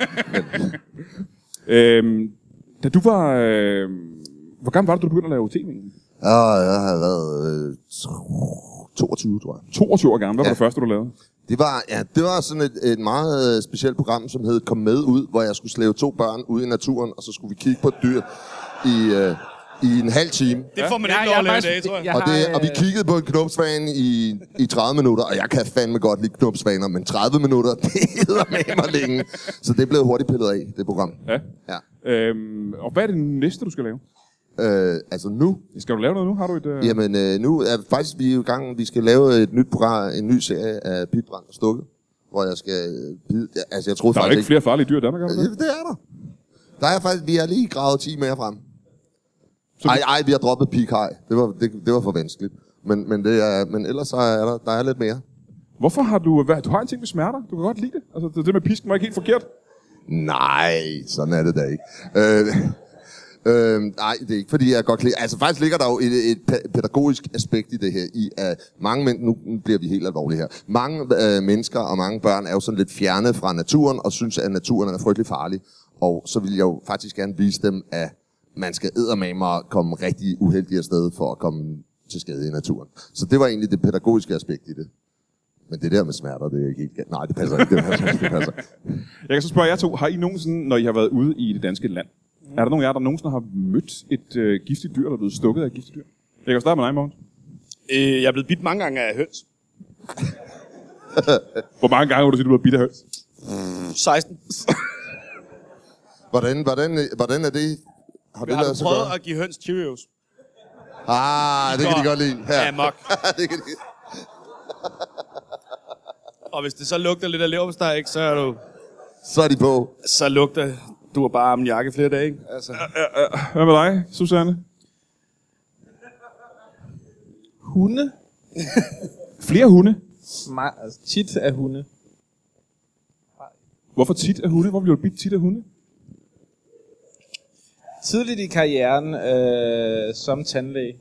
Øhm, da du var... Øh, hvor gammel var du, da du begyndte at lave tv? Ja, jeg har været øh, toogtyve, tror jeg. toogtyve år gammel. Hvad var Ja. det første, du lavede? Det var, ja, det var sådan et, et meget øh, specielt program, som hed Kom med ud, hvor jeg skulle slæve to børn ud i naturen, og så skulle vi kigge på et dyr i, øh, i en halv time. Det får man Ja, ikke jeg lov er at lave i faktisk- dag, tror jeg. jeg Og, har, det, og vi øh, kiggede på en knopsvane i, i tredive minutter, og jeg kan fandme godt lide knopsvaner, men tredive minutter, det hedder med mig længe. Så det blev hurtigt pillet af, det program. Ja. Ja. Øhm, og hvad er det næste, du skal lave? Øh, altså nu, Skal du lave noget nu? Har du et... Øh... jamen øh, nu er faktisk vi er jo i gang, vi skal lave et nyt program, en ny serie af Pitbrand og Stukket, hvor jeg skal bide, altså jeg troede Der er jo faktisk ikke flere farlige dyr i Danmark, er der det? Øh, Det er der. Der er faktisk, vi har lige gravet ti mere frem. Ej, ej, vi har droppet peak high. Det var, det, det var for vanskeligt. Men, men, det er, men ellers så er der, der er lidt mere. Hvorfor har du... Hvad, du har en ting med smerter. Du kan godt lide det. Altså, det, det med pisken var ikke helt forkert. Nej, sådan er det da ikke. Øh, øh, nej, det er ikke, fordi jeg godt kan lide... Altså faktisk ligger der jo et, et pæ- pædagogisk aspekt i det her, i at mange men, nu bliver vi helt alvorlige her. Mange øh, mennesker og mange børn er jo sådan lidt fjerne fra naturen, og synes, at naturen er frygtelig farlig. Og så vil jeg jo faktisk gerne vise dem, at man skal eddermame komme rigtig uheldige afsted for at komme til skade i naturen. Så det var egentlig det pædagogiske aspekt i det. Men det der med smerter, det er ikke helt... Nej, det passer ikke. Det passer ikke. Det passer. Jeg kan så spørge jer to, har I nogensinde, når I har været ude i det danske land, mm. er der nogen af jer, der nogensinde har mødt et øh, giftigt dyr, der er blevet stukket af et giftigt dyr? Jeg kan starte med dig, Mogens. Øh, jeg er blevet bidt mange gange af høns. Hvor mange gange har du set, du er blevet bidt af høns? seksten. Hvordan, hvordan, hvordan er det? Har det Jeg lavet har sig prøvet godt? at give høns Cheerios. Ah, det kan de godt lide. Ja, amok. det kan de. Og hvis det så lugter lidt af leverpostej, ikke, så er du... Så er de på. Så lugter du er bare ammoniak i flere dage, ikke? Altså. Hvad med dig, Susanne? Hunde? Flere hunde? Ma- altså, tit af hunde. Hvorfor tit af hunde? Hvorfor bliver du bidt tit af hunde? Tidligt i karrieren øh, som tandlæge.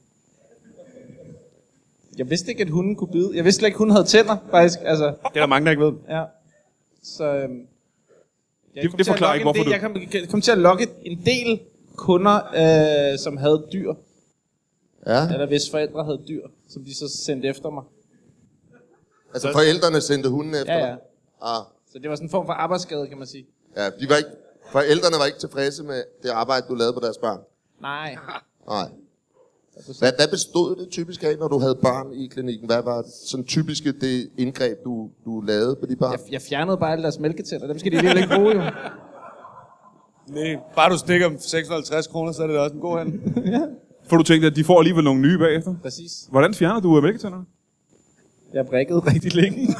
Jeg vidste ikke, at hunden kunne bide. Jeg vidste ikke, at hunden havde tænder, faktisk. Altså, Det er der mange, der ikke ved. ja. Så øhm, jeg Det- kom det til at forklarer lokke ikke, en del- hvorfor Jeg kom, kom til at lokke en del kunder, øh, som havde dyr. Ja, Eller hvis forældre havde dyr, som de så sendte efter mig. altså forældrene sendte hunden efter Ja, ja. dig. Ah, Så det var sådan en form for arbejdsskade, kan man sige. ja, de var ikke, forældrene var ikke tilfredse med det arbejde, du lavede på deres børn. Nej. Nej. Hvad, hvad bestod det typisk af, når du havde børn i klinikken? Hvad var sådan typiske det indgreb, du, du lavede på de børn? Jeg, jeg fjernede bare alle deres mælketænder. Dem skal de alligevel ikke bruge, jo. Nej, bare du stikker dem seks hundrede og halvtreds kroner, så er det da også en god handel. For du tænkte, at de får alligevel nogle nye bagefter? Præcis. Hvordan fjerner du mælketænderne? Jeg brækkede rigtig længe.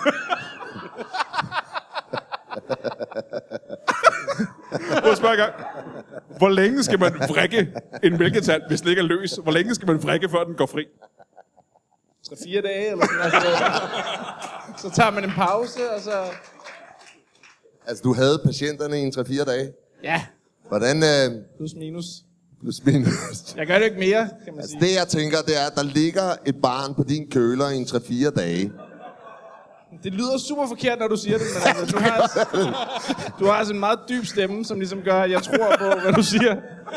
Prøv at spørge en gang. Hvor længe skal man vrikke en mælketand, hvis den ikke er løs? Hvor længe skal man vrikke, før den går fri? tre fire dage, eller sådan noget. Så tager man en pause, og så... Altså, du havde patienterne i en tre fire dage. Ja, Hvordan... Øh, plus minus. plus minus. Jeg gør det ikke mere, kan man Altså, sige. det jeg tænker, det er, at der ligger et barn på din køler i en tre fire dage. Det lyder super forkert, når du siger det, men altså, du har, du har altså en meget dyb stemme, som ligesom gør, at jeg tror på, hvad du siger.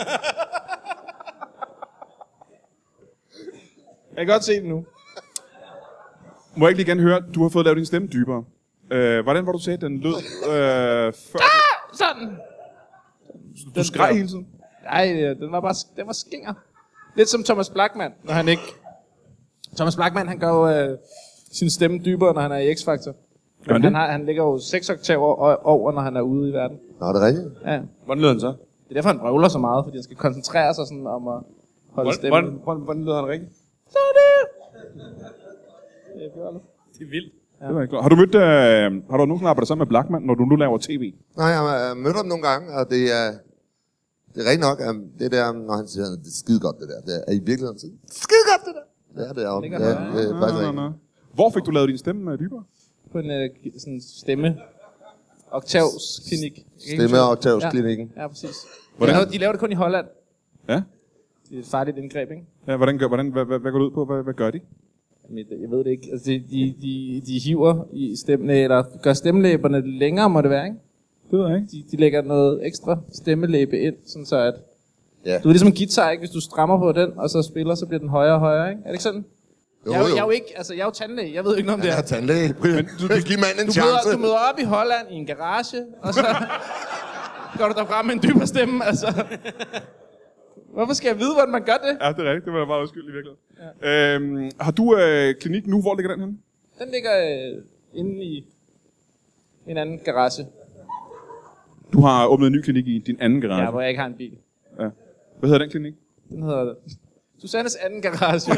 Jeg kan godt se det nu. Må jeg ikke lige gerne høre, du har fået lavet din stemme dybere. Øh, hvordan var du sagde, den lød øh, før? Ah, sådan! Du skreg hele tiden. Nej, den var bare den var skinger. Lidt som Thomas Blachman, når han ikke... Thomas Blachman, han gør jo øh, sin stemme dybere, når han er i X-Factor. Gør han han, det? har, han ligger jo seks oktaver o- over, når han er ude i verden. Nå, er det rigtigt? Ja. Hvordan lyder den så? Det er derfor, han brøvler så meget, fordi han skal koncentrere sig sådan om at holde stemmen. Hvordan, hvordan, hvordan lyder han rigtigt? Så er det... Det er fjollet. Det er vildt. Ja. Det var ikke klar. Har du mødt, øh, har du nogensinde arbejdet sammen med Blackman, når du nu laver tv? Nej, jeg har mødt ham nogle gange, og det er... Det er rigtig nok, at det der, når han siger, det er skide godt det der. Det er i virkeligheden sådan, skide godt det der. Ja, det er jo. Ligger Ja, højere. det er faktisk Nå, nå, rigtigt. nå. Hvor fik du lavet din stemme øh, dybere? På en øh, sådan stemme... Oktavsklinik. Stemme- og oktavsklinikken. Ja, ja, præcis. Hvordan? De laver, de laver det kun i Holland. Ja? Det er et farligt indgreb, ikke? Ja, hvordan gør, hvordan, hvad, hvad, hvad går det ud på? Hvad, hvad gør de? Jamen, Jeg ved det ikke. Altså, de, de, de, de hiver i stemmelæber, eller gør stemmelæberne længere, må det være, ikke? Det ved jeg ikke. De, de lægger noget ekstra stemmelæbe ind, sådan så at... Ja. Du er ligesom en guitar, ikke? Hvis du strammer på den, og så spiller, så bliver den højere og højere, ikke? Er det ikke sådan? Jo, jeg, er jo, jo. jeg er jo ikke, altså jeg er jo tandlæge, jeg ved ikke noget om det Jeg her. er tandlæge. Men du, du giver manden en Du chance. møder, du møder op i Holland i en garage, og så går du derfra med en dybere stemme, altså. Hvorfor skal jeg vide, hvordan man gør det? Ja, det er rigtigt. Det var jeg meget uskyldig i virkeligheden. Ja. Øhm, har du øh, klinik nu? Hvor ligger den henne? Den ligger øh, inde i en anden garage, Du har åbnet en ny klinik i din anden garage. ja, hvor jeg ikke har en bil. Ja. Hvad hedder den klinik? Den hedder Susannes anden garage.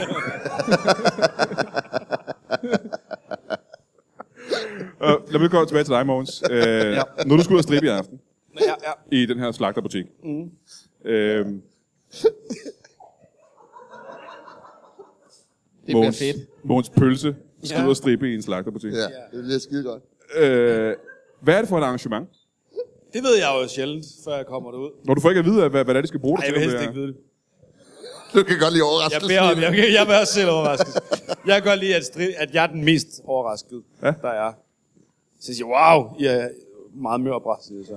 Uh, lad mig gå tilbage til dig, Mogens. Uh, ja. Når du skal ud og strippe i aften Ja, ja. i den her slagterbutik. Mm. Uh, Det bliver fedt. Mogens Pølse skal Ja. ud og strippe i en slagterbutik. Ja, det bliver skide godt. Uh, hvad er det for et arrangement? Det ved jeg jo sjældent, før jeg kommer derud. Når du får ikke at vide, hvad, hvad det er, de skal bruge Nej, dig jeg til. vil om helst det er- ikke vide det. Du kan godt lide Jeg overraskelsen. beder om, jeg, jeg vil også selv overraskes. Jeg kan godt lide, at, stri- at jeg er den mest overraskede, Ja. ja. der er. Så jeg siger, wow, I er meget mørbra, siger jeg så.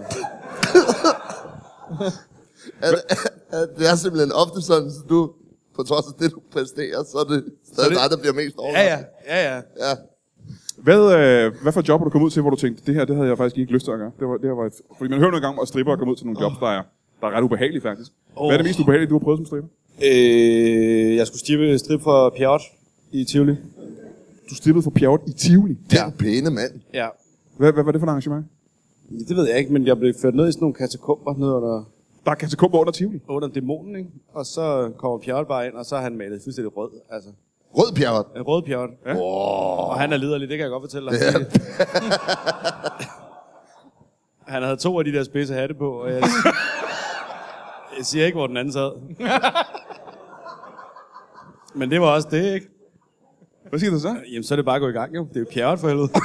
Er, er, er, det er simpelthen ofte sådan, så du, på trods af det, du præsterer, så er det stadig det- dig, der bliver mest Ja, overrasket. ja, ja, ja. ja. Hvad, øh, hvad for job har du kommet ud til, hvor du tænkte, det her det havde jeg faktisk ikke lyst til at gøre? Det var, det her var et, fordi man hører nogle gange, at stripper komme ud til nogle jobs, der er, der er ret ubehagelige faktisk. Oh. Hvad er det mest ubehagelige, du har prøvet som stripper? Øh, jeg skulle strippe strip for Pjort i Tivoli. Du strippede for Pjort i Tivoli? Det er en pæne mand. Ja. Hvad, hvad var det for et arrangement? Det ved jeg ikke, men jeg blev ført ned i sådan nogle katakomber ned under, Der er katakomber under Tivoli? under dæmonen, ikke? Og så kommer Pjort bare ind, og så har han malet fuldstændig rød, altså. Rød Pjort. En rød Pjort. Ja. Wow. Og han er liderlig, det kan jeg godt fortælle dig. Ja. Han havde to af de der spidse hatte på, og jeg, jeg siger ikke, hvor den anden sad. Men det var også det, ikke? Hvad siger du så? Jamen, så er det bare at gå i gang, jo. Det er jo Pjort for helvede.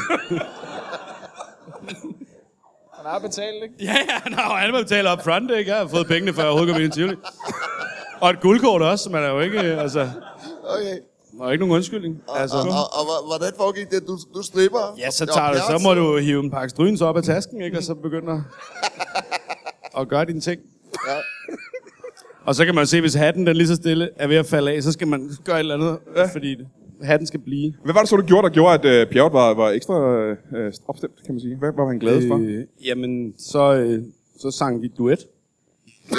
Han har betalt, ikke? Ja, ja, han har jo betalt up front, ikke? Jeg har fået pengene, før jeg overhovedet kom ind i Tivoli. Og et guldkort også, man er jo ikke, altså... Okay. Der er ikke nogen undskyldning. Og, Altså, og, og, og hvordan foregik det? Du, du stripper? ja, så, Og tager du, Pjort, så må du hive en pakke strygens op af tasken, ikke? Og så begynder at gøre dine ting. Ja. Og så kan man se, hvis hatten den lige så stille er ved at falde af, så skal man gøre et eller andet, ja. Fordi hatten skal blive. Hvad var det så, du gjorde, der gjorde, at uh, Pjort var, var ekstra uh, opstemt, kan man sige? Hvad var han glad for? Øh, jamen, så, øh, så sang vi duet. Ja.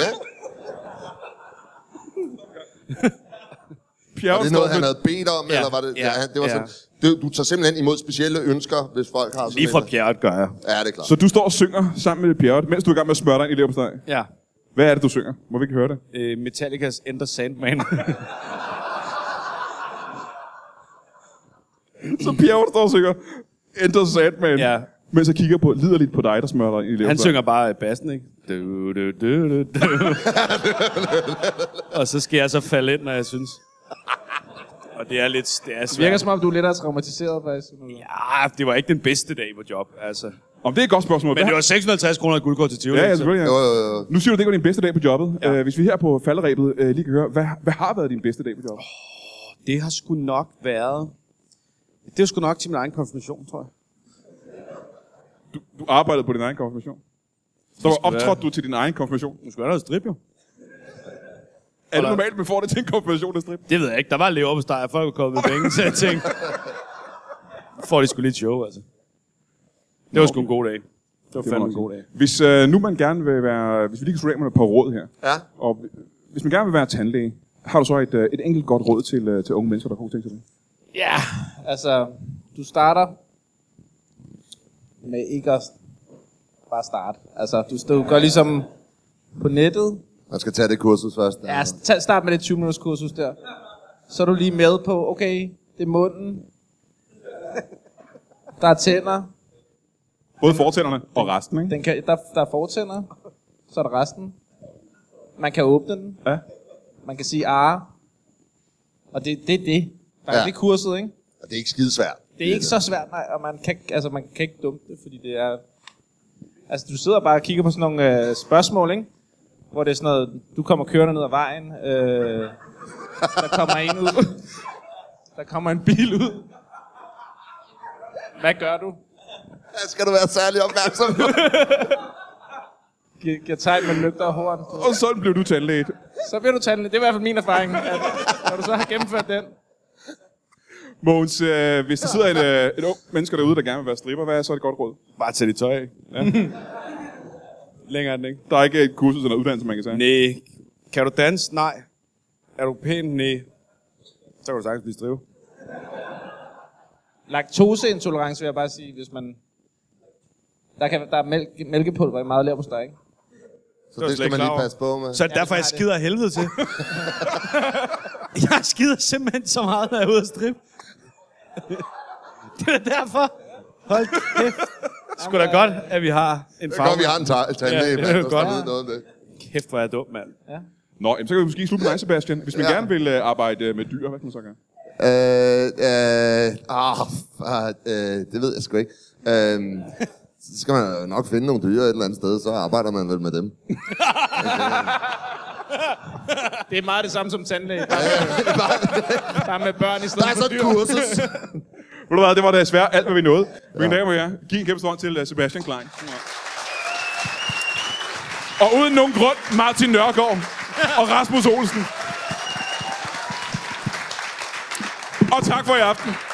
Pjort Var det noget, han havde bedt om, Ja. eller var det... Ja. Ja, det var Ja. sådan, det, du tager simpelthen imod specielle ønsker, hvis folk har sådan Lige fra en- Pjert gør jeg. Ja, det er klart. Så du står og synger sammen med Pjort, mens du er i gang med at smøre dig ind i leverpostej. Ja. Hvad er det, du synger? Må vi ikke høre det? Øh, Metallicas Enter Sandman. Så Pjort står og synger Enter Sandman, Ja. mens jeg kigger på, liderligt på dig, der smører dig ind i leverpostej. Han synger bare bassen, ikke? Du, du, du, du, du. Og så skal jeg så falde ind, når jeg synes. Og det er lidt det er Det svært. virker som om, du er lidt traumatiseret, faktisk. Ja, det var ikke den bedste dag på job, altså. Om det er et godt spørgsmål. Men det var seks hundrede og halvtreds kroner i guldkort til Tivoli. Ja, ja, så- selvfølgelig. Jo, Ja. jo, jo. Nu siger du, det ikke var din bedste dag på jobbet. Ja. Uh, hvis vi her på falderæbet uh, lige kan høre, hvad, hvad har været din bedste dag på jobbet? Det har sgu nok været... Det var sgu nok til min egen konfirmation, tror jeg. Du, du arbejdede på din egen konfirmation. Så Det skulle optrådte du til din egen konfirmation. Nu skal jeg noget strip, jo. Er det normalt, man får det til en konfirmation, der strip? Det ved jeg ikke. Der var lever på steg, og folk var kommet med penge, så jeg tænkte... Får de sgu lidt show, altså. Det var sgu en god dag. Det var Det må fandme man en god sige. dag. Hvis uh, nu man gerne vil være... Hvis vi lige kan slutte af med et par råd her. Ja. Og hvis man gerne vil være tandlæge, har du så et, uh, et enkelt godt råd til, uh, til unge mennesker, der har tænkt sig det? Ja, altså, du starter med ikke at bare starte. Altså, du, du gør ligesom på nettet. Man skal tage det kursus først. Ja, st- start med det tyve minutters kursus der. Så er du lige med på, okay, det er munden. Der er tænder. Både fortænderne og resten, ikke? Den kan, der, der er fortænder. Så er der resten. Man kan åbne den. Ja. Man kan sige ah. Og det, det er det. Der er Ja. ja. det kurset, ikke? Og det er ikke skidesvært. Det er ikke så svært, nej, og man kan, altså, man kan ikke dumpe det, fordi det er... Altså, du sidder bare og kigger på sådan nogle øh, spørgsmål, ikke? Hvor det er sådan noget, du kommer kørende ned ad vejen, øh, der kommer en ud, der kommer en bil ud. Hvad gør du? Der skal du være særlig opmærksom på. Giver, giver tegn med lygter og horn. Og sådan blev du tandlæge. Så bliver du tandlæge. Det er i hvert fald min erfaring, at når du så har gennemført den. Mogens, øh, hvis der sidder en, øh, en ung mennesker derude, der gerne vil være stripper, hvad er så et godt råd? Bare tage dit tøj af. Ja. Længere er den ikke. Der er ikke et kursus eller uddannelse, man kan sige. Nej. Kan du danse? Nej. Er du pæn? Nej. Så kan du sagtens blive strive. Laktoseintolerance vil jeg bare sige, hvis man... Der, kan, der er mælk, mælkepulver i meget leverpostej, ikke? Så det skal man lige passe på med. Så er det derfor, jeg skider af helvede til. Jeg skider simpelthen så meget, når jeg er ude at strippe. Det er derfor. Hold kæft. Sgu da godt, at vi har en Det er fag. godt, vi har en ta- tandlæge, Ja, det er mand, jo der godt. skal vide noget om det. Kæft, hvor er jeg dum, mand. Nå, jamen, så kan vi måske slutte med dig, Sebastian. Hvis man Ja. gerne vil øh, arbejde øh, med dyr, hvad kan man så gøre? Øh, øh, ah, ah, øh, det ved jeg sgu ikke. Øh, så skal man jo nok finde nogle dyr et eller andet sted, så arbejder man vel med dem. Det er meget det samme som tandlæge. Bare, bare med børn i Der stedet er for så dyr. et kursus. Ved du hvad, det var desværre alt, hvad vi nåede. Mine damer og herrer, giv en kæmpe stor hånd til uh, Sebastian Klein. Og uden nogen grund, Martin Nørgaard og Rasmus Olsen. Og tak for i aften.